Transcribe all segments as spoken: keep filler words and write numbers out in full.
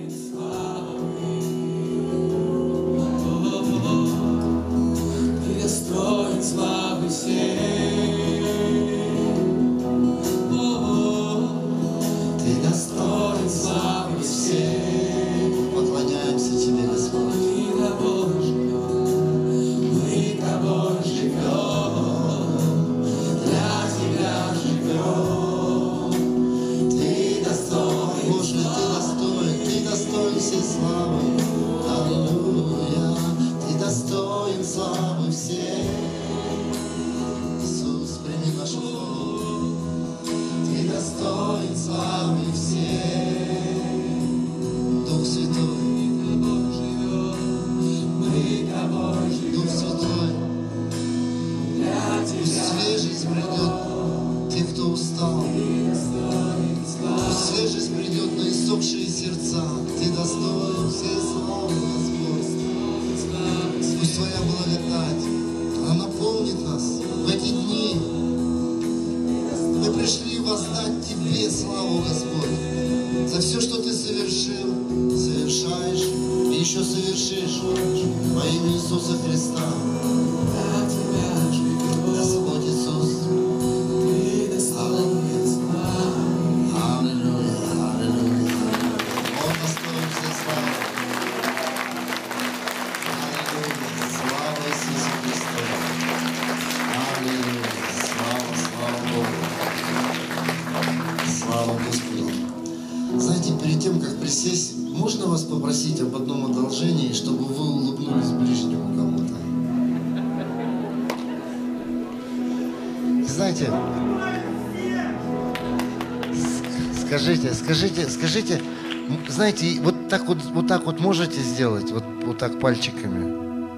Скажите, скажите, скажите, знаете, вот так вот, вот так вот можете сделать, вот, вот так пальчиками?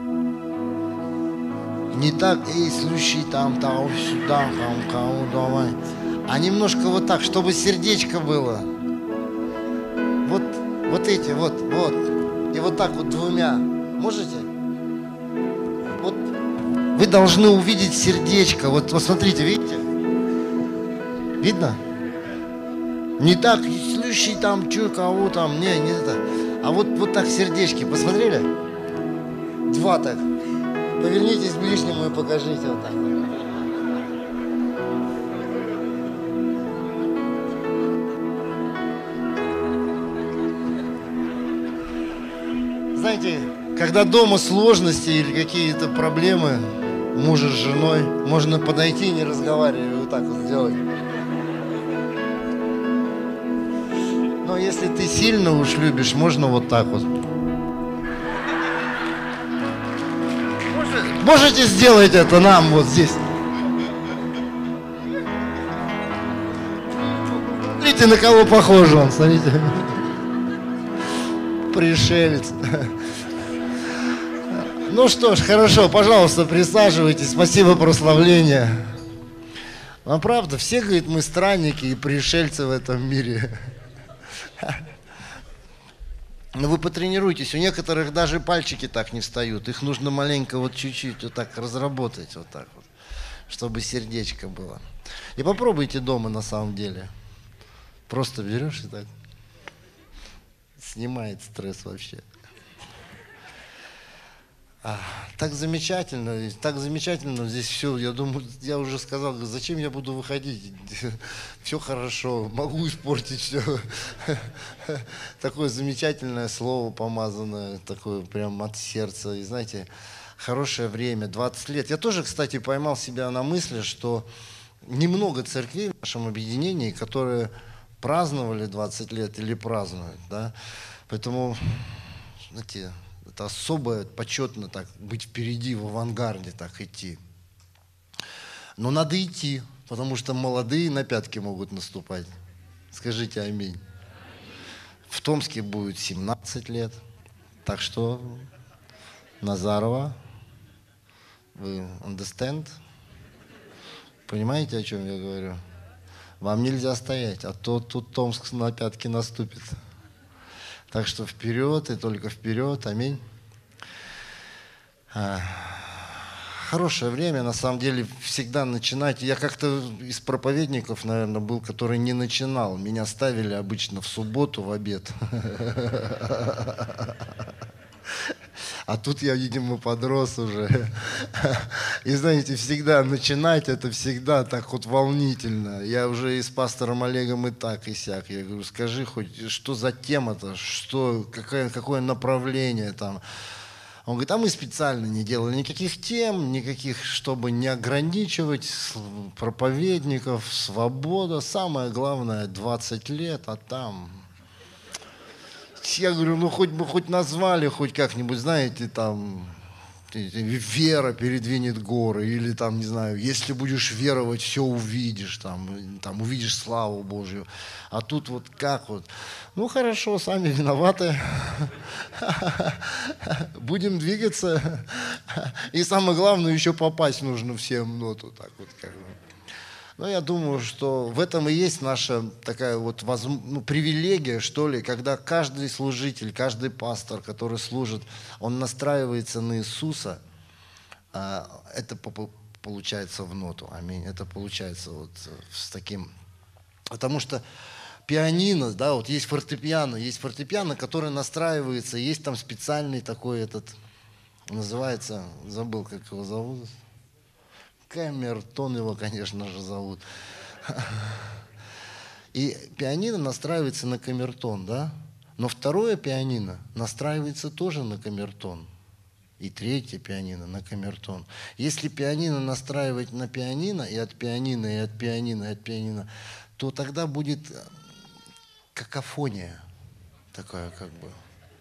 Не так, эй, слушай, там, там, сюда, там, кому, давай. А немножко вот так, чтобы сердечко было. Вот, вот эти, вот, вот. И вот так вот двумя. Можете? Вот. Вы должны увидеть сердечко. Вот, вот смотрите, видите? Видно? Не так, слушай, там, чё, кого там, не, не это. А вот, вот так сердечки, посмотрели? Два так. Повернитесь к ближнему и покажите вот так. Знаете, когда дома сложности или какие-то проблемы, мужа с женой, можно подойти и не разговаривая, вот так вот сделать. Но если ты сильно уж любишь, можно вот так вот. Можете сделать это нам вот здесь? Смотрите, на кого похож он, смотрите. Пришелец. Ну что ж, хорошо, пожалуйста, присаживайтесь. Спасибо, прославление. А правда, все, говорит, мы странники и пришельцы в этом мире. Но вы потренируйтесь, у некоторых даже пальчики так не встают, их нужно маленько вот чуть-чуть вот так разработать, вот так вот, чтобы сердечко было. И попробуйте дома на самом деле. Просто берешь и так, снимает стресс вообще. А, так замечательно, так замечательно здесь все. Я думаю, я уже сказал, зачем я буду выходить? Все хорошо, могу испортить все. Такое замечательное слово помазанное, такое прям от сердца. И знаете, хорошее время, двадцать лет. Я тоже, кстати, поймал себя на мысли, что немного церквей в нашем объединении, которые праздновали двадцать лет или празднуют, да. Поэтому, знаете, это особо почетно так быть впереди, в авангарде так идти. Но надо идти, потому что молодые на пятки могут наступать. Скажите аминь. В Томске будет семнадцать лет. Так что, Назарова, вы understand? Понимаете, о чем я говорю? Вам нельзя стоять, а то тут Томск на пятки наступит. Так что вперед и только вперед. Аминь. хорошее время, на самом деле, всегда начинать. Я как-то из проповедников, наверное, был, который не начинал. Меня ставили обычно в субботу в обед. А тут я, видимо, подрос уже. И знаете, всегда начинать, это всегда так вот волнительно. Я уже и с пастором Олегом и так, и сяк. Я говорю, скажи хоть, что за тема-то, что, какое, какое направление там. Он говорит, а мы специально не делали никаких тем, никаких, чтобы не ограничивать проповедников, свобода. Самое главное, двадцать лет, а там... Я говорю, ну хоть бы хоть назвали, хоть как-нибудь, знаете, там, вера передвинет горы, или там, не знаю, если будешь веровать, все увидишь, там, там увидишь славу Божью. А тут вот как вот, ну хорошо, сами виноваты, будем двигаться. И самое главное, еще попасть нужно всем, ну, вот так вот как бы. Но я думаю, что в этом и есть наша такая вот возм... ну, привилегия, что ли, когда каждый служитель, каждый пастор, который служит, он настраивается на Иисуса, это получается в ноту. Аминь. Это получается вот с таким. Потому что пианино, да, вот есть фортепиано, есть фортепиано, которое настраивается, есть там специальный такой этот, называется, забыл, как его зовут. Камертон его, конечно же, зовут. И пианино настраивается на камертон, да? Но второе пианино настраивается тоже на камертон. И третье пианино на камертон. Если пианино настраивать на пианино, и от пианино, и от пианино, и от пианино, то тогда будет какофония такая как бы.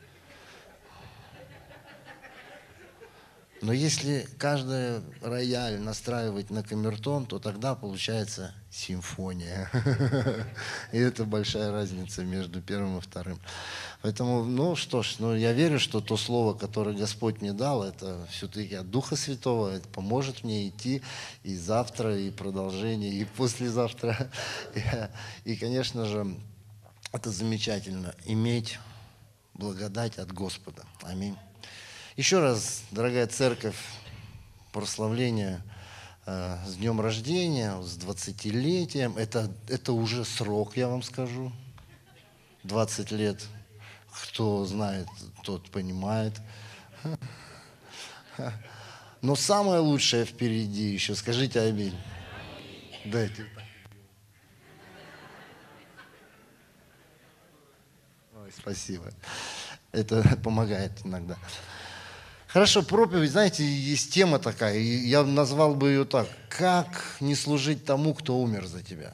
Но если каждый рояль настраивать на камертон, то тогда получается симфония. И это большая разница между первым и вторым. Поэтому, ну что ж, ну, я верю, что то слово, которое Господь мне дал, это все-таки от Духа Святого, это поможет мне идти и завтра, и продолжение, и послезавтра. И, и конечно же, это замечательно, иметь благодать от Господа. Аминь. Еще раз, дорогая церковь, прославление э, с днем рождения, с двадцатилетием. Это, это уже срок, я вам скажу. двадцать лет. Кто знает, тот понимает. Но самое лучшее впереди еще. Скажите аминь. Дайте. Ой, спасибо. Это помогает иногда. Хорошо, проповедь, знаете, есть тема такая, и я назвал бы ее так. Как не служить тому, кто умер за тебя?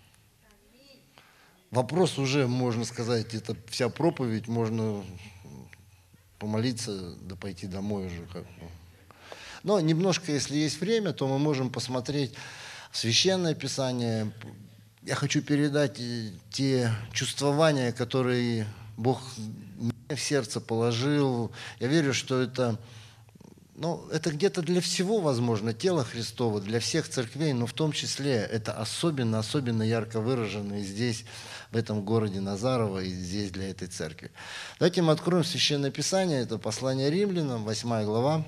Вопрос уже, можно сказать, это вся проповедь, можно помолиться, да пойти домой уже. Как бы. Но немножко, если есть время, то мы можем посмотреть Священное Писание. Я хочу передать те чувствования, которые Бог мне в сердце положил. Я верю, что это, ну, это где-то для всего, возможно, тело Христово, для всех церквей, но в том числе это особенно, особенно ярко выражено и здесь, в этом городе Назарово, и здесь для этой церкви. Давайте мы откроем Священное Писание, это послание Римлянам, восьмая глава.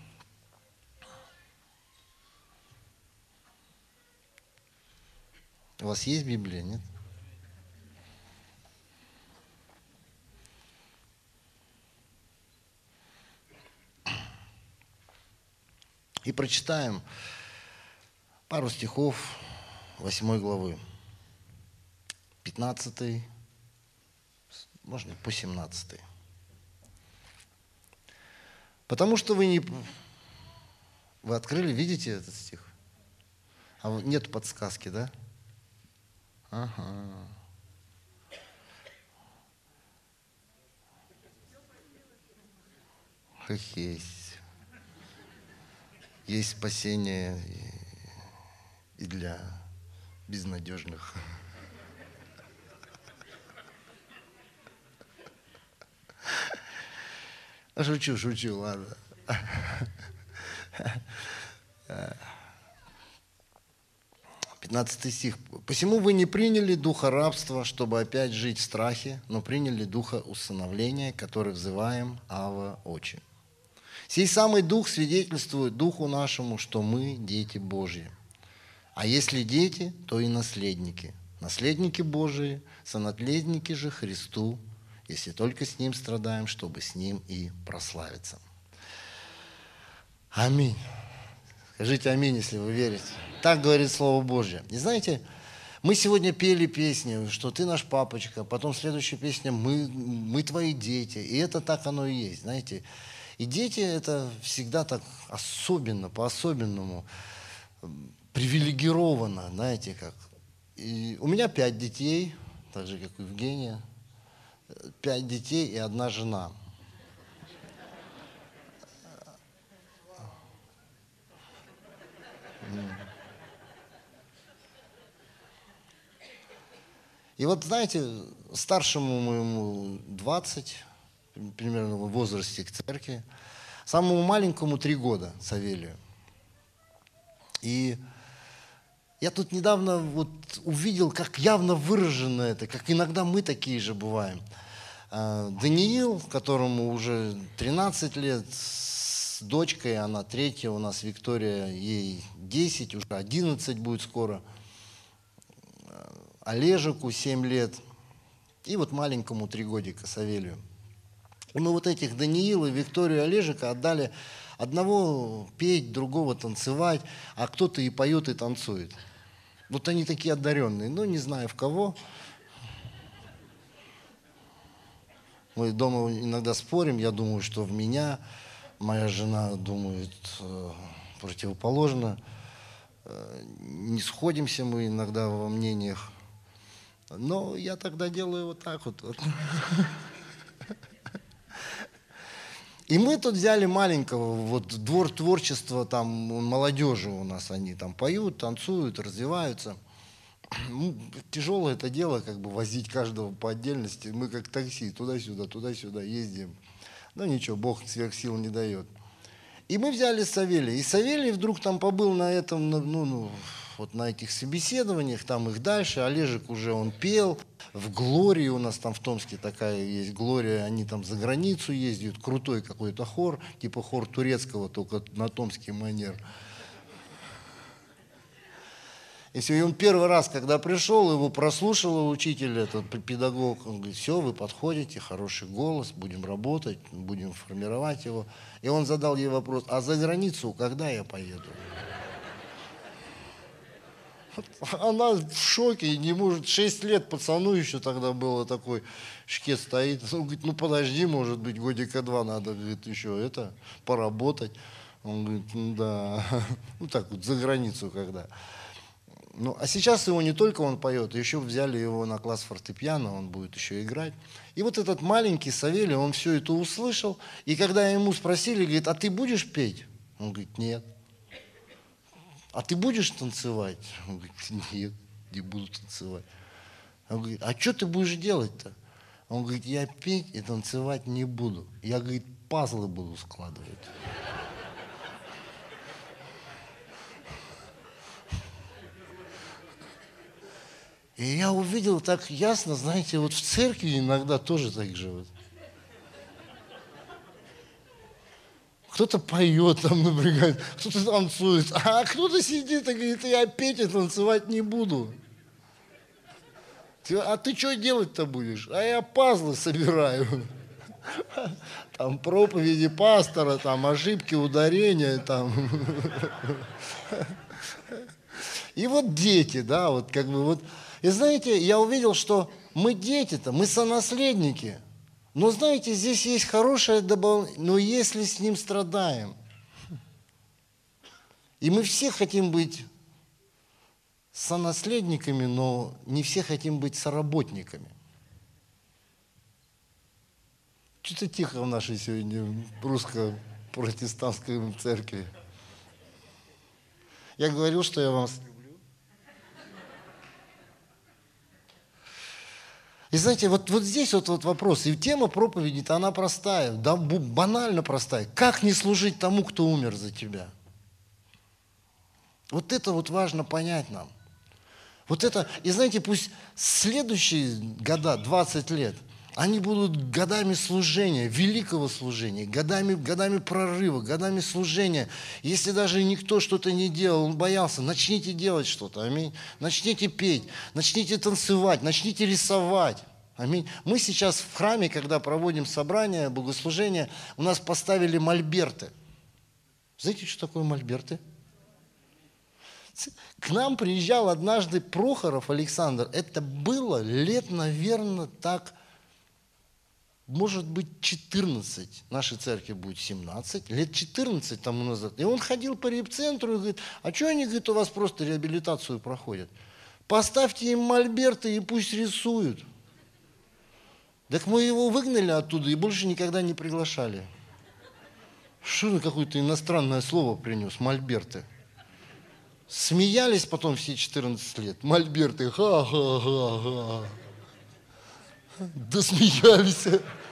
У вас есть Библия, нет? И прочитаем пару стихов восьмой главы. пятнадцатый, можно по семнадцатый. Потому что вы не... Вы открыли, видите этот стих? А нет подсказки, да? Ага. Как есть. Есть спасение и для безнадежных. Шучу, шучу, ладно. пятнадцатый стих. «Посему вы не приняли духа рабства, чтобы опять жить в страхе, но приняли духа усыновления, который взываем Ава Отче. Сей самый Дух свидетельствует Духу нашему, что мы дети Божьи. А если дети, то и наследники. Наследники Божии, сонаследники же Христу, если только с Ним страдаем, чтобы с Ним и прославиться. Аминь. Скажите аминь, если вы верите. Так говорит Слово Божье. И знаете, мы сегодня пели песни, что ты наш папочка, потом следующая песня «Мы, мы твои дети». И это так оно и есть, знаете. И дети это всегда так особенно, по-особенному, привилегировано, знаете как. И у меня пять детей, так же, как у Евгения. Пять детей и одна жена. И вот, знаете, старшему моему двадцать, примерно в возрасте к церкви, самому маленькому три года, Савелию. И я тут недавно вот увидел, как явно выражено это, как иногда мы такие же бываем. Даниил, которому уже тринадцать лет, с дочкой, она третья у нас, Виктория, ей десять, уже одиннадцать будет скоро. Олежику семь лет, и вот маленькому три годика, Савелию. И мы вот этих Даниила, Викторию, Олежика отдали одного петь, другого танцевать, а кто-то и поет, и танцует. Вот они такие одаренные, ну не знаю в кого. Мы дома иногда спорим, я думаю, что в меня, моя жена думает э, противоположно. Э, не сходимся мы иногда во мнениях. Но я тогда делаю вот так вот. И мы тут взяли маленького, вот двор творчества, там молодежи у нас, они там поют, танцуют, развиваются. Ну, тяжелое это дело, как бы возить каждого по отдельности. Мы как такси, туда-сюда, туда-сюда ездим. Но ничего, Бог сверх сил не дает. И мы взяли Савелия. И Савелий вдруг там побыл на этом, ну, ну, вот на этих собеседованиях, там их дальше. Олежек уже он пел. В Глории у нас там в Томске такая есть Глория, они там за границу ездят. Крутой какой-то хор, типа хор турецкого, только на томский манер. И он первый раз, когда пришел, его прослушал учитель, этот педагог, он говорит, все, вы подходите, хороший голос, будем работать, будем формировать его. И он задал ей вопрос, а за границу когда я поеду? Она в шоке, не может, шесть лет пацану еще тогда было такой, шкет стоит. Он говорит, ну подожди, может быть, годика два надо, говорит, еще это, поработать. Он говорит, ну да, ну так вот, за границу когда. Ну, а сейчас его не только он поет, еще взяли его на класс фортепиано, он будет еще играть. И вот этот маленький Савелий, он все это услышал, и когда ему спросили, говорит, а ты будешь петь? Он говорит, нет. А ты будешь танцевать? Он говорит, нет, не буду танцевать. Он говорит, а что ты будешь делать-то? Он говорит, я петь и танцевать не буду. Я, говорит, пазлы буду складывать. И я увидел так ясно, знаете, вот в церкви иногда тоже так живут. Кто-то поет там, например, кто-то танцует, а кто-то сидит и говорит, я петь и танцевать не буду. А ты что делать-то будешь? А я пазлы собираю. Там проповеди пастора, там ошибки, ударения, там. И вот дети, да, вот как бы вот. И знаете, я увидел, что мы дети-то, мы сонаследники. Но знаете, здесь есть хорошее добавление, но если с ним страдаем. И мы все хотим быть сонаследниками, но не все хотим быть соработниками. Что-то тихо в нашей сегодня русско-протестантской церкви. Я говорил, что я вам... И знаете, вот, вот здесь вот, вот вопрос, и тема проповеди-то она простая, да, банально простая. Как не служить тому, кто умер за тебя? Вот это вот важно понять нам. Вот это, и знаете, пусть следующие года, двадцать лет, Они будут годами служения, великого служения, годами, годами прорыва, годами служения. Если даже никто что-то не делал, он боялся, начните делать что-то, аминь. Начните петь, начните танцевать, начните рисовать. Аминь. Мы сейчас в храме, когда проводим собрания, богослужения, у нас поставили мольберты. Знаете, что такое мольберты? К нам приезжал однажды Прохоров Александр. Это было лет, наверное, так... Может быть, четырнадцать, нашей церкви будет семнадцать, лет четырнадцать тому назад. И он ходил по репцентру и говорит, а что они, говорит, у вас просто реабилитацию проходят? Поставьте им мольберты и пусть рисуют. Так мы его выгнали оттуда и больше никогда не приглашали. Что за какое-то иностранное слово принес, мольберты? Смеялись потом все четырнадцать лет, мольберты, ха-ха-ха-ха. Да смеялись.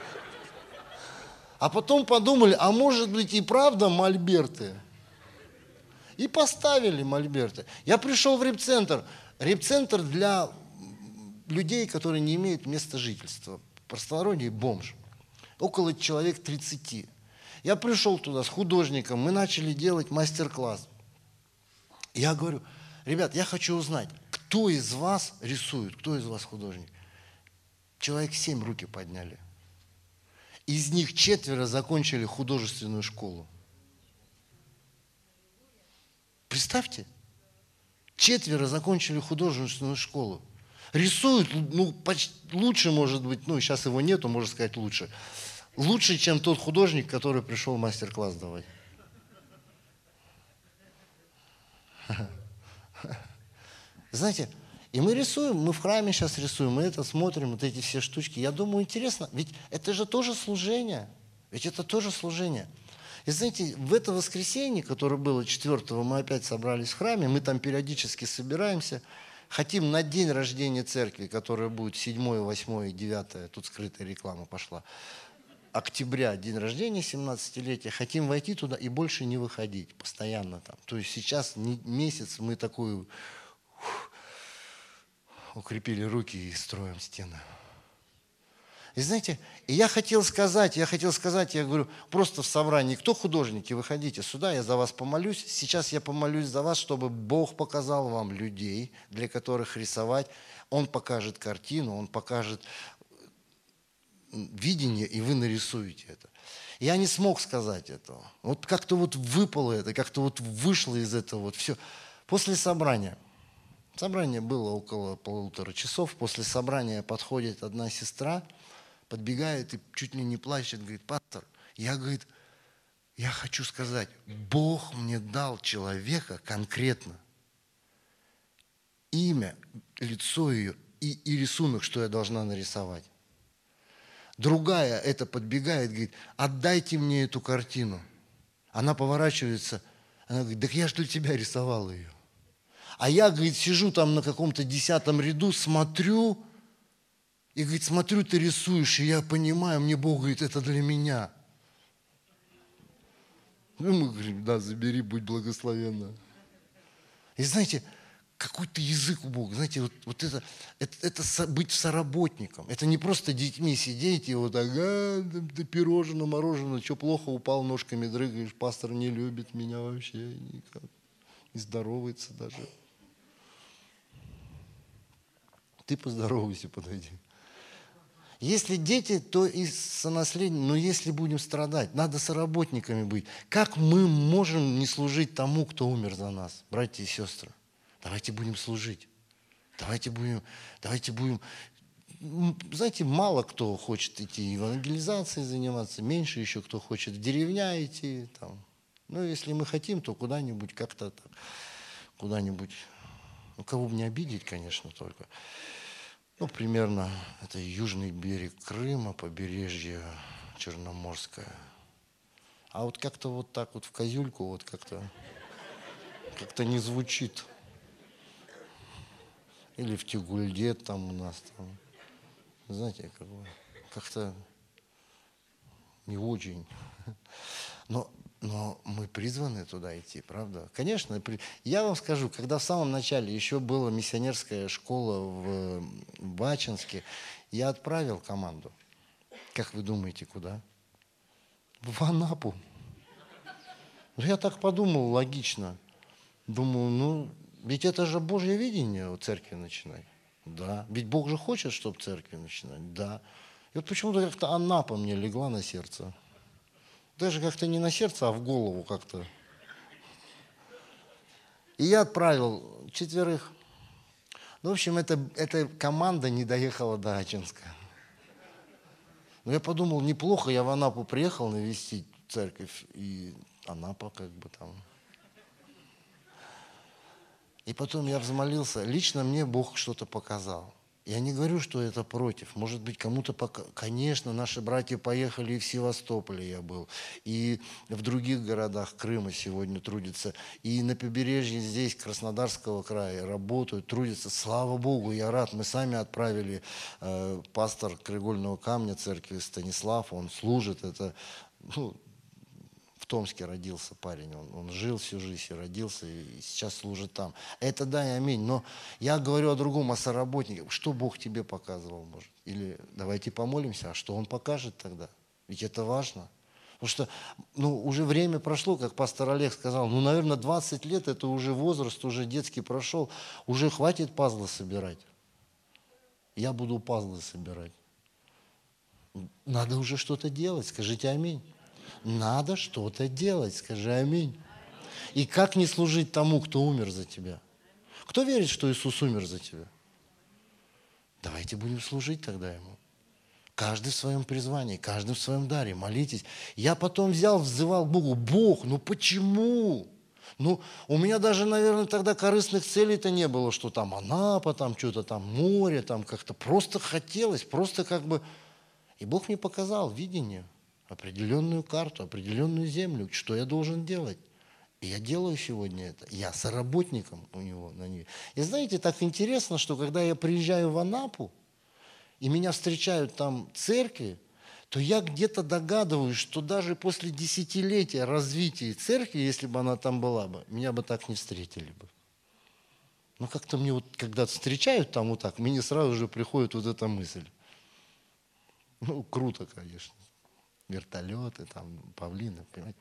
А потом подумали, а может быть и правда мольберты? И поставили мольберты. Я пришел в репцентр. Репцентр для людей, которые не имеют места жительства. В простонародье бомж. Около человек тридцати. Я пришел туда с художником, мы начали делать мастер-класс. Я говорю, ребят, я хочу узнать, кто из вас рисует, кто из вас художник? Человек семь руки подняли. Из них четверо закончили художественную школу. Представьте, четверо закончили художественную школу. Рисуют, ну, почти лучше, может быть, ну, сейчас его нету, можно сказать, лучше. Лучше, чем тот художник, который пришел мастер-класс давать. Знаете, и мы рисуем, мы в храме сейчас рисуем, мы это смотрим, вот эти все штучки. Я думаю, интересно, ведь это же тоже служение. Ведь это тоже служение. И знаете, в это воскресенье, которое было четвёртого, мы опять собрались в храме, мы там периодически собираемся, хотим на день рождения церкви, которая будет седьмое, восьмое, девятое, тут скрытая реклама пошла, октября, день рождения, семнадцатилетия, хотим войти туда и больше не выходить, постоянно там. То есть сейчас месяц мы такую... укрепили руки и строим стены. И знаете, и я хотел сказать, я хотел сказать, я говорю, просто в собрании, кто художники, выходите сюда, я за вас помолюсь. Сейчас я помолюсь за вас, чтобы Бог показал вам людей, для которых рисовать. Он покажет картину, Он покажет видение, и вы нарисуете это. Я не смог сказать этого. Вот как-то вот выпало это, как-то вот вышло из этого вот все. После собрания. Собрание было около полутора часов. После собрания подходит одна сестра, подбегает и чуть ли не плачет, говорит, пастор, я, говорит, я хочу сказать, Бог мне дал человека конкретно, имя, лицо ее и, и рисунок, что я должна нарисовать. Другая это подбегает, говорит, отдайте мне эту картину. Она поворачивается, она говорит, так я же для тебя рисовала ее. А я, говорит, сижу там на каком-то десятом ряду, смотрю, и, говорит, смотрю, ты рисуешь, и я понимаю, мне Бог говорит, это для меня. Ну, мы говорим, да, забери, будь благословенна. И знаете, какой-то язык у Бога, знаете, вот, вот это, это, это со, быть соработником. Это не просто детьми сидеть и вот так, а, да, пирожное, мороженое, что плохо, упал, ножками дрыгаешь, пастор не любит меня вообще никак, не здоровается даже. Ты поздоровайся, подойди. Если дети, то и сонаследники, но если будем страдать, надо соработниками быть. Как мы можем не служить тому, кто умер за нас, братья и сестры? Давайте будем служить. Давайте будем, давайте будем. Знаете, мало кто хочет идти евангелизацией заниматься, меньше еще кто хочет в деревня идти. Там. Ну, если мы хотим, то куда-нибудь как-то так, куда-нибудь, ну, кого бы не обидеть, конечно, только. Ну, примерно это южный берег Крыма, побережье Черноморское. А вот как-то вот так вот в Козюльку вот как-то как-то не звучит. Или в Тюгульде там у нас там. Знаете, как бы, как-то не очень. Но, но мы призваны туда идти, правда? Конечно. Я вам скажу, когда в самом начале еще была миссионерская школа в Бачинске, я отправил команду. Как вы думаете, куда? В Анапу. Ну, я так подумал, логично. Думаю, ну, ведь это же Божье видение у церкви начинать. Да. Ведь Бог же хочет, чтобы церкви начинать. Да. И вот почему-то как-то Анапа мне легла на сердце. Даже как-то не на сердце, а в голову как-то. И я отправил четверых. Ну, в общем, эта, эта команда не доехала до Ачинска. Но я подумал, неплохо, я в Анапу приехал навестить церковь, и Анапа как бы там. И потом я взмолился, лично мне Бог что-то показал. Я не говорю, что это против. Может быть, кому-то пока... Конечно, наши братья поехали и в Севастополе я был, и в других городах Крыма сегодня трудятся, и на побережье здесь, Краснодарского края, работают, трудятся. Слава Богу, я рад. Мы сами отправили э, пастор Краеугольного камня церкви Станислав, он служит. Это, ну, в Томске родился парень, он, он жил всю жизнь и родился, и сейчас служит там. Это да и аминь. Но я говорю о другом, о соработнике. Что Бог тебе показывал, может? Или давайте помолимся, а что Он покажет тогда? Ведь это важно. Потому что ну, уже время прошло, как пастор Олег сказал, ну, наверное, двадцать лет, это уже возраст, уже детский прошел, уже хватит пазлы собирать. Я буду пазлы собирать. Надо уже что-то делать, скажите аминь. Надо что-то делать, скажи аминь. И как не служить тому, кто умер за тебя? Кто верит, что Иисус умер за тебя? Давайте будем служить тогда Ему. Каждый в своем призвании, каждый в своем даре. Молитесь. Я потом взял, взывал к Богу. Бог, ну почему? Ну, у меня даже, наверное, тогда корыстных целей-то не было, что там Анапа, там что-то там море, там как-то просто хотелось, просто как бы... И Бог мне показал видение, определенную карту, определенную землю, что я должен делать. И я делаю сегодня это. Я соработником у него на ней. И знаете, так интересно, что когда я приезжаю в Анапу, и меня встречают там церкви, то я где-то догадываюсь, что даже после десятилетия развития церкви, если бы она там была бы, меня бы так не встретили бы. Но как-то мне вот, когда встречают там вот так, мне сразу же приходит вот эта мысль. Ну, круто, конечно. Вертолеты, там, павлины, понимаете.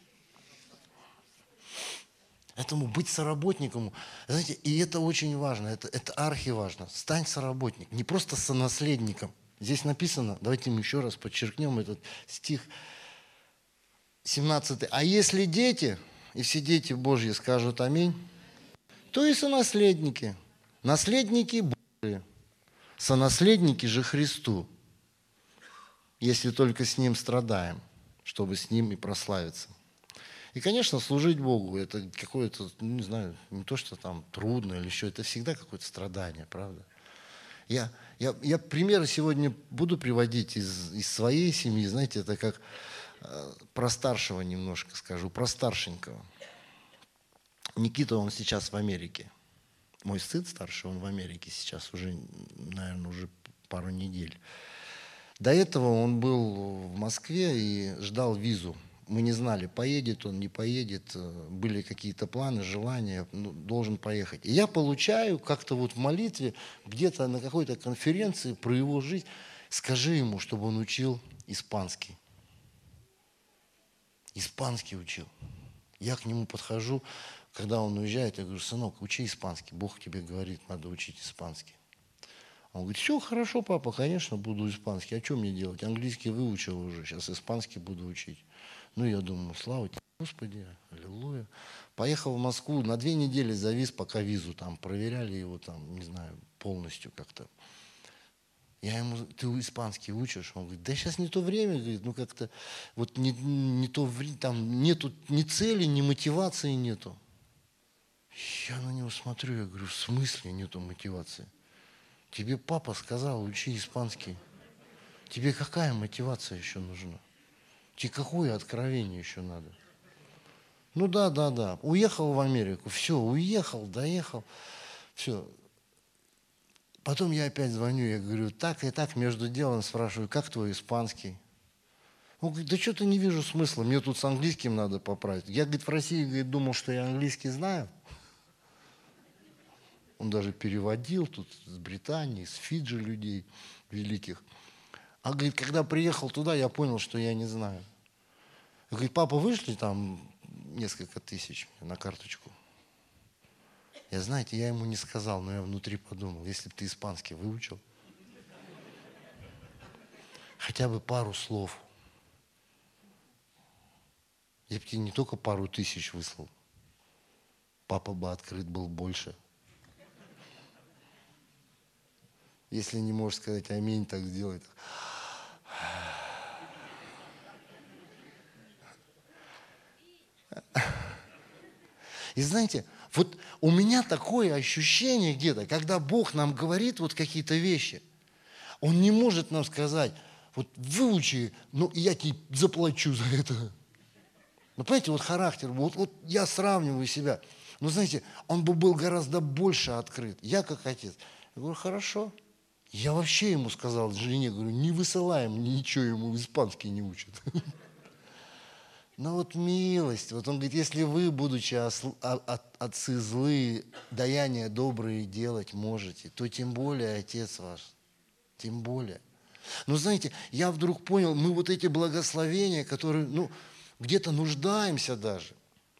Поэтому быть соработником, знаете, и это очень важно, это, это архиважно. Стань соработником, не просто сонаследником. Здесь написано, давайте мы еще раз подчеркнем этот стих семнадцатый. А если дети, и все дети Божьи скажут аминь, то и сонаследники, наследники Божьи, сонаследники же Христу, если только с Ним страдаем, чтобы с Ним и прославиться. И, конечно, служить Богу, это какое-то, ну, не знаю, не то, что там трудно или еще, это всегда какое-то страдание, правда? Я, я, я примеры сегодня буду приводить из, из своей семьи, знаете, это как э, про старшего немножко скажу, про старшенького. Никита, он сейчас в Америке. Мой сын старший, он в Америке сейчас уже, наверное, уже пару недель. До этого он был в Москве и ждал визу. Мы не знали, поедет он, не поедет. Были какие-то планы, желания, ну, должен поехать. И я получаю как-то вот в молитве, где-то на какой-то конференции про его жизнь, скажи ему, чтобы он учил испанский. Испанский учил. Я к нему подхожу, когда он уезжает, я говорю, сынок, учи испанский. Бог тебе говорит, надо учить испанский. Он говорит, все хорошо, папа, конечно, буду испанский. А что мне делать? Английский выучил уже, сейчас испанский буду учить. Ну, я думаю, слава тебе, Господи, аллилуйя. Поехал в Москву, на две недели завис, пока визу там проверяли его, там, не знаю, полностью как-то. Я ему, ты испанский учишь? Он говорит, да сейчас не то время, говорит, ну как-то, вот не, не то время, там нету ни цели, ни мотивации нету. Я на него смотрю, я говорю, в смысле нету мотивации? Тебе папа сказал, учи испанский. Тебе какая мотивация еще нужна? Тебе какое откровение еще надо? Ну да, да, да. Уехал в Америку. Все, уехал, доехал. Все. Потом я опять звоню, я говорю, так и так между делом спрашиваю, как твой испанский? Он говорит, да что-то не вижу смысла, мне тут с английским надо поправить. Я, говорит, в России, говорит, думал, что я английский знаю. Он даже переводил тут с Британии, с Фиджи людей великих. А говорит, когда приехал туда, я понял, что я не знаю. Говорит, папа, вышли там несколько тысяч на карточку. Я, знаете, я ему не сказал, но я внутри подумал, если бы ты испанский выучил, хотя бы пару слов, я бы тебе не только пару тысяч выслал, папа бы открыт был больше. Если не можешь сказать аминь, так сделай. И знаете, вот у меня такое ощущение где-то, когда Бог нам говорит вот какие-то вещи, Он не может нам сказать, вот выучи, ну я тебе заплачу за это. Ну понимаете, вот характер, вот, вот я сравниваю себя. Но знаете, он бы был гораздо больше открыт. Я как отец. Я говорю, хорошо. Я вообще ему сказал, жене, говорю, не высылаем, ничего ему испанский не учат. Но вот милость, вот он говорит, если вы, будучи отцы злые, даяния добрые делать можете, то тем более Отец ваш, тем более. Но знаете, я вдруг понял, мы вот эти благословения, которые, ну, где-то нуждаемся даже,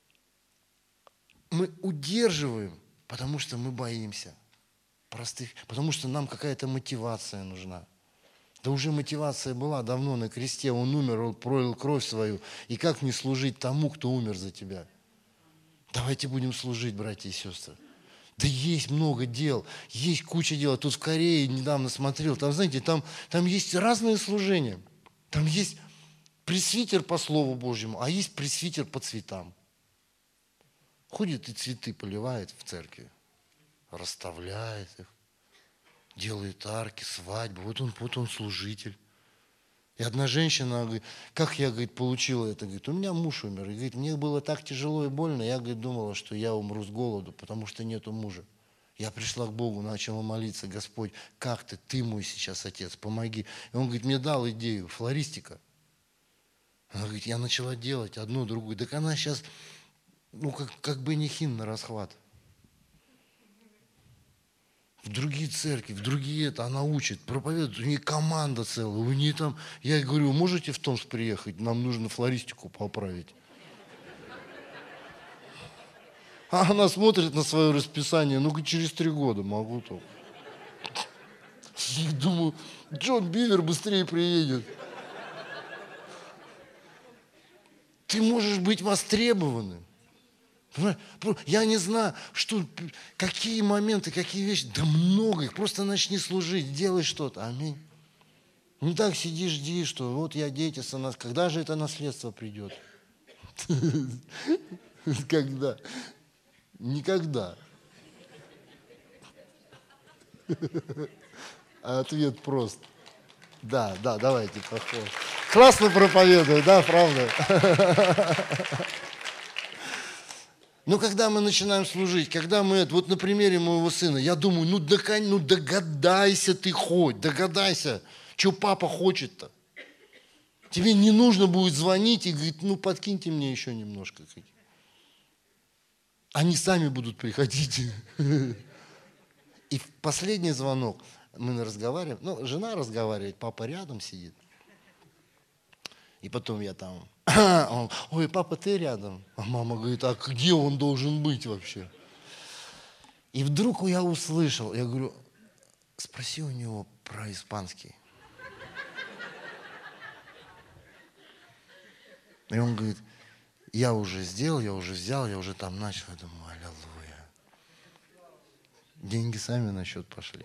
мы удерживаем, потому что мы боимся. Простых, потому что нам какая-то мотивация нужна. Да уже мотивация была давно на кресте. Он умер, он пролил кровь свою. И как не служить тому, кто умер за тебя? Давайте будем служить, братья и сестры. Да есть много дел, есть куча дел. Тут в Корее недавно смотрел, там, знаете, там, там есть разные служения. Там есть пресвитер по Слову Божьему, а есть пресвитер по цветам. Ходит и цветы поливает в церкви. Расставляет их, делает арки, свадьбы. Вот он, вот он служитель. И одна женщина говорит, как я, говорит, получила это? Говорит, у меня муж умер. И говорит, мне было так тяжело и больно, я, говорит, думала, что я умру с голоду, потому что нету мужа. Я пришла к Богу, начала молиться, Господь, как ты, ты мой сейчас отец, помоги. И он говорит, мне дал идею, флористика. Она говорит, я начала делать одну, другую. Так она сейчас, ну, как, как бы не хин на расхват. В другие церкви, в другие это, она учит, проповедует, у нее команда целая, у нее там, я ей говорю, можете в Томск приехать, нам нужно флористику поправить. А она смотрит на свое расписание, ну-ка через три года могу только. Я думаю, Джон Бивер быстрее приедет. Ты можешь быть востребованным. Я не знаю, что, какие моменты, какие вещи. Да много их. Просто начни служить, делай что-то. Аминь. Не так сиди, жди, что вот я дети, когда же это наследство придет? Когда? Никогда. А ответ прост. Да, да, давайте похоже. Классно проповедую, да, правда? Но когда мы начинаем служить, когда мы, вот на примере моего сына, я думаю, ну, ну догадайся ты хоть, догадайся, что папа хочет-то. Тебе не нужно будет звонить и говорить, ну, подкиньте мне еще немножко. Они сами будут приходить. И последний звонок, мы разговариваем, ну, жена разговаривает, папа рядом сидит. И потом я там, он, ой, папа, ты рядом? А мама говорит, а где он должен быть вообще? И вдруг я услышал, я говорю, спроси у него про испанский. И он говорит, я уже сделал, я уже взял, я уже там начал. Я думаю, аллилуйя. Деньги сами на счет пошли.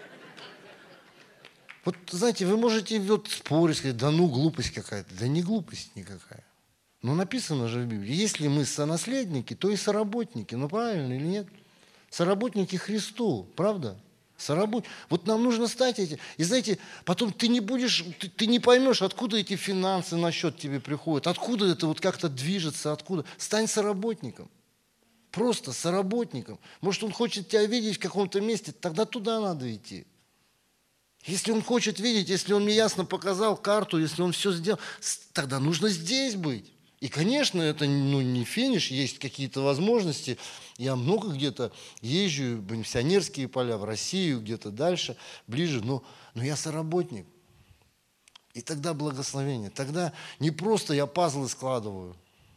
Вот, знаете, вы можете вот спорить, сказать, да ну, глупость какая-то. Да не глупость никакая. Ну, написано же в Библии, если мы сонаследники, то и соработники. Ну, правильно или нет? Соработники Христу, правда? Соработ... Вот нам нужно стать этим. И знаете, потом ты не будешь, ты, ты не поймешь, откуда эти финансы на счет тебе приходят, откуда это вот как-то движется, откуда. Стань соработником. Просто соработником. Может, он хочет тебя видеть в каком-то месте, тогда туда надо идти. Если он хочет видеть, если он мне ясно показал карту, если он все сделал, тогда нужно здесь быть. И, конечно, это ну, не финиш, есть какие-то возможности. Я много где-то езжу, в миссионерские поля, в Россию, где-то дальше, ближе, но, но я соработник. И тогда благословение. Тогда не просто я пазлы складываю.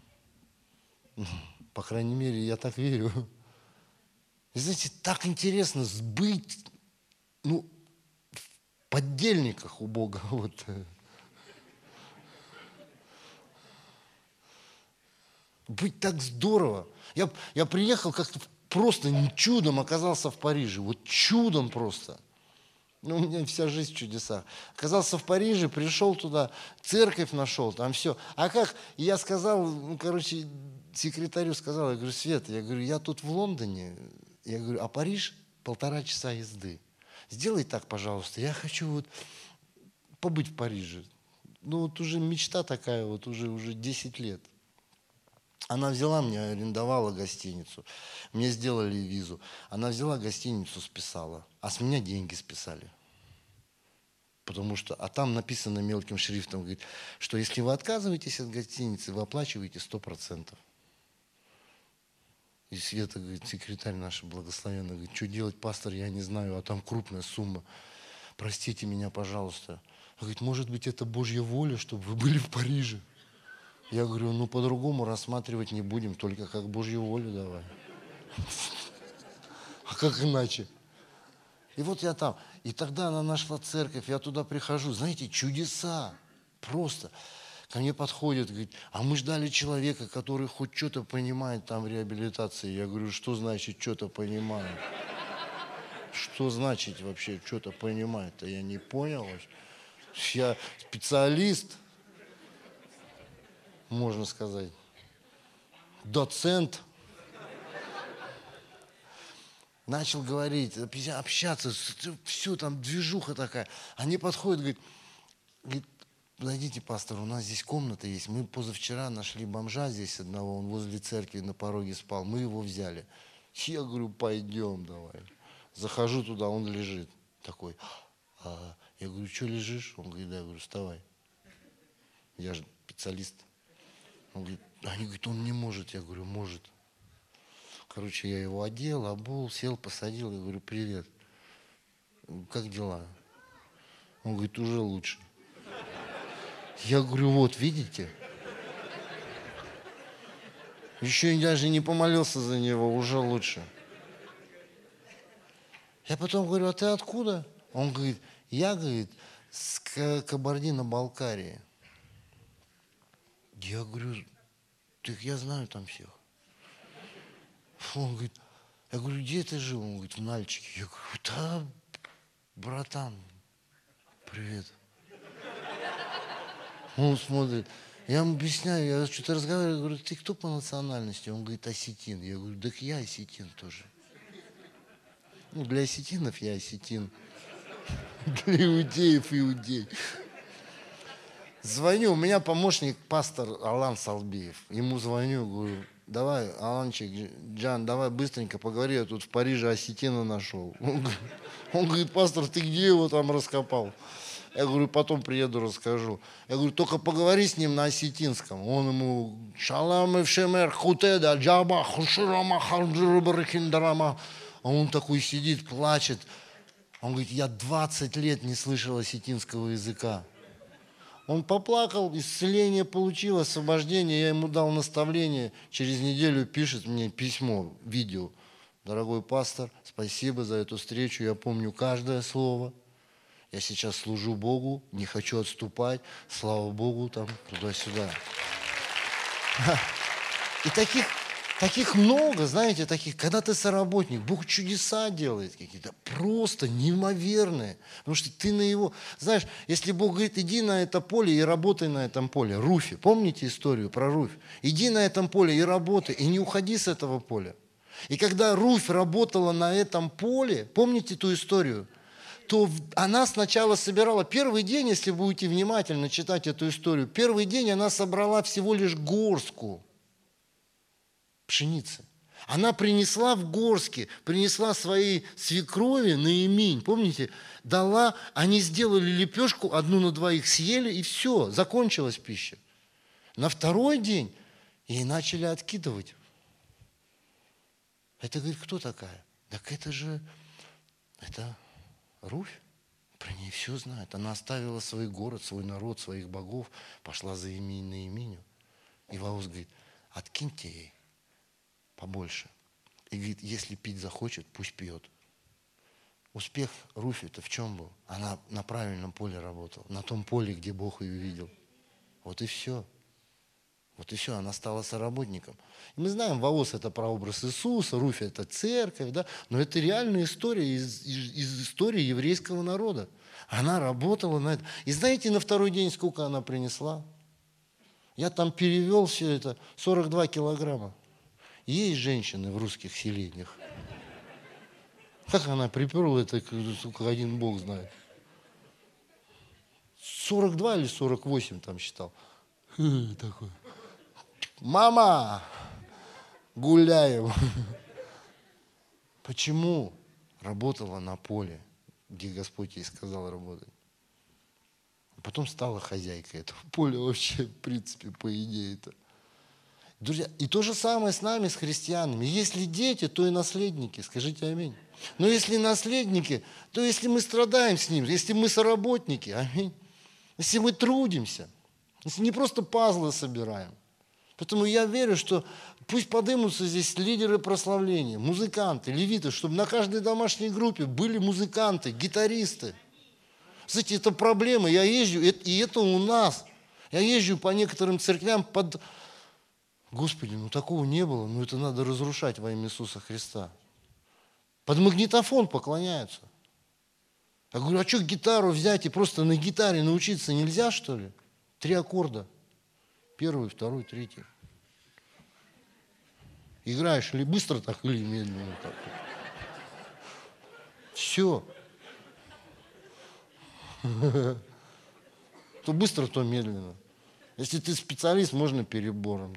По крайней мере, я так верю. И знаете, так интересно быть, ну, в поддельниках у Бога. Вот. Быть так здорово. Я, я приехал как-то просто чудом оказался в Париже. Вот чудом просто. Ну, у меня вся жизнь в чудесах. Оказался в Париже, пришел туда, церковь нашел, там все. А как? И я сказал, ну, короче, секретарю сказал, я говорю, Света, я говорю, я тут в Лондоне, я говорю, а Париж полтора часа езды. Сделай так, пожалуйста, я хочу вот побыть в Париже. Ну, вот уже мечта такая, вот уже, уже десять лет. Она взяла мне, арендовала гостиницу, мне сделали визу. Она взяла гостиницу, списала, а с меня деньги списали. Потому что, а там написано мелким шрифтом, говорит, что если вы отказываетесь от гостиницы, вы оплачиваете сто процентов. И Света, говорит, секретарь наша благословенная, говорит, что делать, пастор, я не знаю, а там крупная сумма. Простите меня, пожалуйста. Говорит, может быть, это Божья воля, чтобы вы были в Париже. Я говорю, ну по-другому рассматривать не будем, только как Божью волю давай. А как иначе? И вот я там. И тогда она нашла церковь, я туда прихожу. Знаете, чудеса. Просто. Ко мне подходит, говорит, а мы ждали человека, который хоть что-то понимает там в реабилитации. Я говорю, что значит что-то понимает? Что значит вообще что-то понимает? А я не понял. Я специалист. Можно сказать, доцент, начал говорить, общаться, все там, движуха такая. Они подходят, говорит, говорит, подойдите, пастор, у нас здесь комната есть. Мы позавчера нашли бомжа здесь одного, он возле церкви на пороге спал, мы его взяли. Я говорю, пойдем давай. Захожу туда, он лежит такой. А, я говорю, что лежишь? Он говорит, да, я говорю, вставай. Я же специалист. Он говорит, они говорят, он не может. Я говорю, может. Короче, я его одел, обул, сел, посадил. Я говорю, привет. Как дела? Он говорит, уже лучше. Я говорю, вот, видите? Еще я даже не помолился за него, уже лучше. Я потом говорю, а ты откуда? Он говорит, я, говорит, с Кабардино-Балкарии. Я говорю, так я знаю там всех. Он говорит, я говорю, где ты жил? Он говорит, в Нальчике. Я говорю, да, братан, привет. Он смотрит, я ему объясняю, я что-то разговариваю, я говорю, ты кто по национальности? Он говорит, осетин. Я говорю, так я осетин тоже. Ну, для осетинов я осетин. Для иудеев иудей. Звоню, у меня помощник пастор Алан Салбиев. Ему звоню, говорю, давай, Аланчик, Джан, давай быстренько поговори, я тут в Париже осетина нашел. Он, он говорит, пастор, ты где его там раскопал? Я говорю, потом приеду, расскажу. Я говорю, только поговори с ним на осетинском. Он ему, шалам эвшемер хутеда, джаба, хуширама, харджурбарахиндарама. А он такой сидит, плачет. Он говорит, я двадцать лет не слышал осетинского языка. Он поплакал, исцеление получил, освобождение, я ему дал наставление. Через неделю пишет мне письмо, видео. Дорогой пастор, спасибо за эту встречу, я помню каждое слово. Я сейчас служу Богу, не хочу отступать, слава Богу, там, туда-сюда. И таких, таких много, знаете, таких, когда ты соработник, Бог чудеса делает какие-то, просто неимоверные. Потому что ты на его... Знаешь, если Бог говорит, иди на это поле и работай на этом поле. Руфи, помните историю про Руфь? Иди на этом поле и работай, и не уходи с этого поля. И когда Руфь работала на этом поле, помните ту историю? То она сначала собирала, первый день, если будете внимательно читать эту историю, первый день она собрала всего лишь горстку пшеницы. Она принесла в горске, принесла своей свекрови Наиминь, помните, дала, они сделали лепешку, одну на двоих съели, и все, закончилась пища. На второй день ей начали откидывать. Это, говорит, кто такая? Так это же, это... Руфь, про нее не все знает. Она оставила свой город, свой народ, своих богов, пошла за имя на именю. И Ваус говорит, откиньте ей побольше. И говорит, если пить захочет, пусть пьет. Успех Руфи-то в чем был? Она на правильном поле работала, на том поле, где Бог ее видел. Вот и все. Вот и все, она стала соработником. И мы знаем, Ваос это прообраз Иисуса, Руфь это церковь, да? Но это реальная история из, из, из истории еврейского народа. Она работала на это. И знаете, на второй день сколько она принесла? Я там перевел все это, сорок два килограмма. Есть женщины в русских селениях. Как она приперла это, только один Бог знает. сорок два или сорок восемь там считал. Такой. Мама, гуляем. Почему работала на поле, где Господь ей сказал работать? Потом стала хозяйкой этого поля вообще, в принципе, по идее-то. Друзья, и то же самое с нами, с христианами. Если дети, то и наследники. Скажите аминь. Но если наследники, то если мы страдаем с ним, если мы соработники, аминь. Если мы трудимся, если не просто пазлы собираем. Поэтому я верю, что пусть поднимутся здесь лидеры прославления, музыканты, левиты, чтобы на каждой домашней группе были музыканты, гитаристы. Знаете, это проблема. Я езжу, и это у нас. Я езжу по некоторым церквям под... Господи, ну такого не было, ну это надо разрушать во имя Иисуса Христа. Под магнитофон поклоняются. Я говорю, а что гитару взять и просто на гитаре научиться нельзя, что ли? Три аккорда. Первый, второй, третий. Играешь ли быстро так, или медленно так. Все. То быстро, то медленно. Если ты специалист, можно перебором.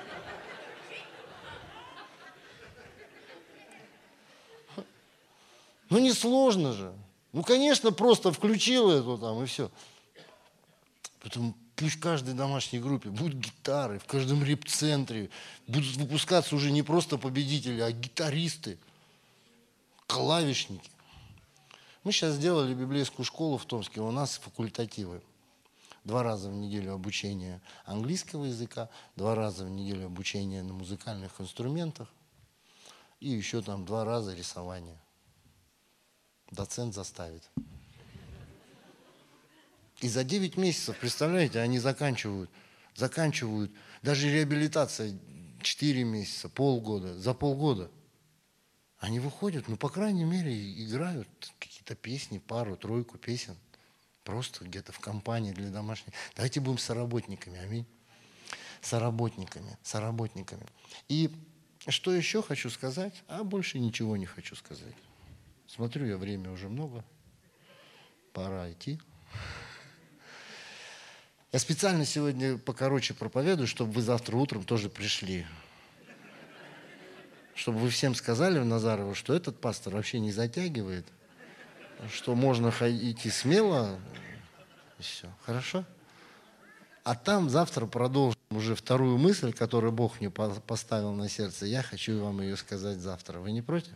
Ну не сложно же. Ну, конечно, просто включил это там и все. Поэтому пусть в каждой домашней группе будут гитары, в каждом реп-центре будут выпускаться уже не просто победители, а гитаристы, клавишники. Мы сейчас сделали библейскую школу в Томске, у нас факультативы. Два раза в неделю обучение английского языка, два раза в неделю обучение на музыкальных инструментах и еще там два раза рисование. Доцент заставит. И за девять месяцев, представляете, они заканчивают, заканчивают, даже реабилитация четыре месяца, полгода, за полгода. Они выходят, ну, по крайней мере, играют какие-то песни, пару, тройку песен. Просто где-то в компании для домашних. Давайте будем соработниками, аминь. Соработниками, соработниками. И что еще хочу сказать? А больше ничего не хочу сказать. Смотрю, я время уже много. Пора идти. Я специально сегодня покороче проповедую, чтобы вы завтра утром тоже пришли. Чтобы вы всем сказали в Назарово, что этот пастор вообще не затягивает, что можно идти смело. И все. Хорошо? А там завтра продолжим уже вторую мысль, которую Бог мне поставил на сердце. Я хочу вам ее сказать завтра. Вы не против?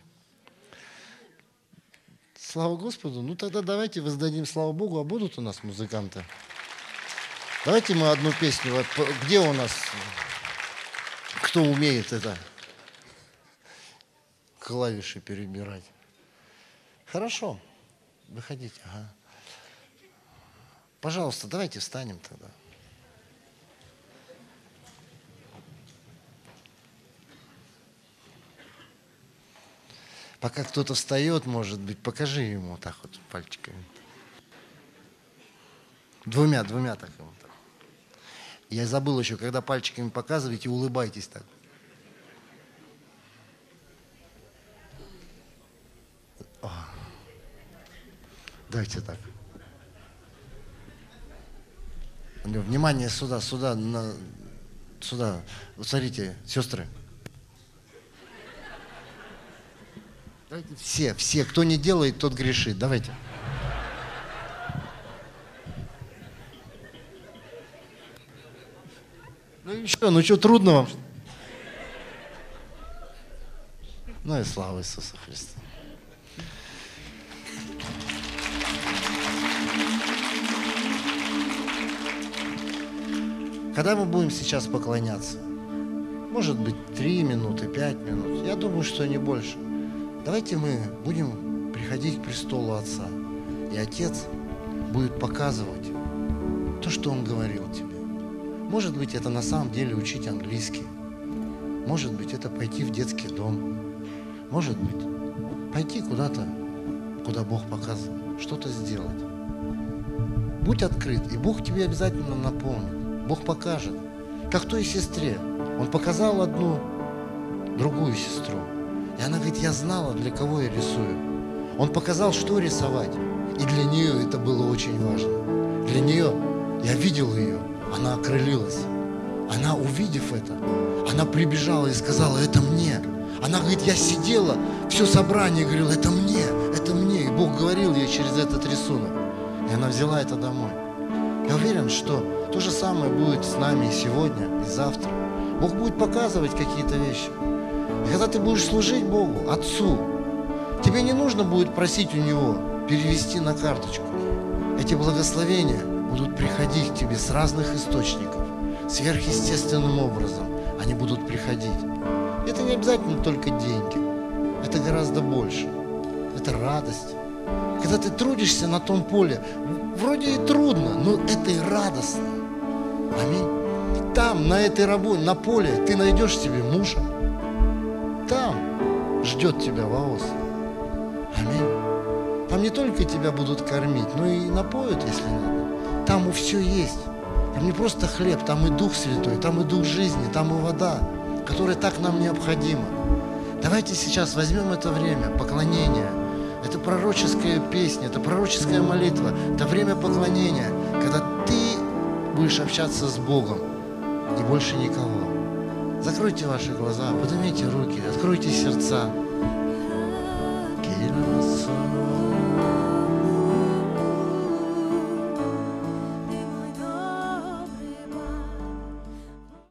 Слава Господу. Ну тогда давайте воздадим славу Богу, а будут у нас музыканты? Давайте мы одну песню. Вот, где у нас, кто умеет это, клавиши перебирать? Хорошо. Выходите. Ага. Пожалуйста, давайте встанем тогда. Пока кто-то встает, может быть, покажи ему так вот пальчиками. Двумя, двумя так ему. Так. Я забыл еще, когда пальчиками показываете, улыбайтесь так. О. Давайте так. Внимание сюда, сюда, на, сюда. Вот смотрите, сестры. Давайте все, все, кто не делает, тот грешит. Давайте. Ну еще, ну что, трудно вам? Ну и слава Иисусу Христу. Когда мы будем сейчас поклоняться, может быть, три минуты, пять минут, я думаю, что не больше. Давайте мы будем приходить к престолу Отца, и Отец будет показывать то, что Он говорил тебе. Может быть, это на самом деле учить английский. Может быть, это пойти в детский дом. Может быть, пойти куда-то, куда Бог показывает, что-то сделать. Будь открыт, и Бог тебе обязательно напомнит. Бог покажет. Как той сестре. Он показал одну, другую сестру. И она говорит, я знала, для кого я рисую. Он показал, что рисовать. И для нее это было очень важно. Для нее, я видел ее, она окрылилась. Она, увидев это, она прибежала и сказала, это мне. Она говорит, я сидела, все собрание говорила, это мне, это мне. И Бог говорил ей через этот рисунок. И она взяла это домой. Я уверен, что то же самое будет с нами и сегодня, и завтра. Бог будет показывать какие-то вещи. И когда ты будешь служить Богу, Отцу, тебе не нужно будет просить у Него перевести на карточку. Эти благословения будут приходить к тебе с разных источников, сверхъестественным образом. Они будут приходить. Это не обязательно только деньги. Это гораздо больше. Это радость. Когда ты трудишься на том поле, вроде и трудно, но это и радостно. Аминь. Там, на этой работе, на поле, ты найдешь себе мужа. Там ждет тебя Воос. Аминь. Там не только тебя будут кормить, но и напоят, если надо. Там и все есть. Там не просто хлеб, там и Дух Святой, там и Дух жизни, там и вода, которая так нам необходима. Давайте сейчас возьмем это время поклонения. Это пророческая песня, это пророческая молитва, это время поклонения, когда ты будешь общаться с Богом и больше никого. Закройте ваши глаза, поднимите руки, откройте сердца.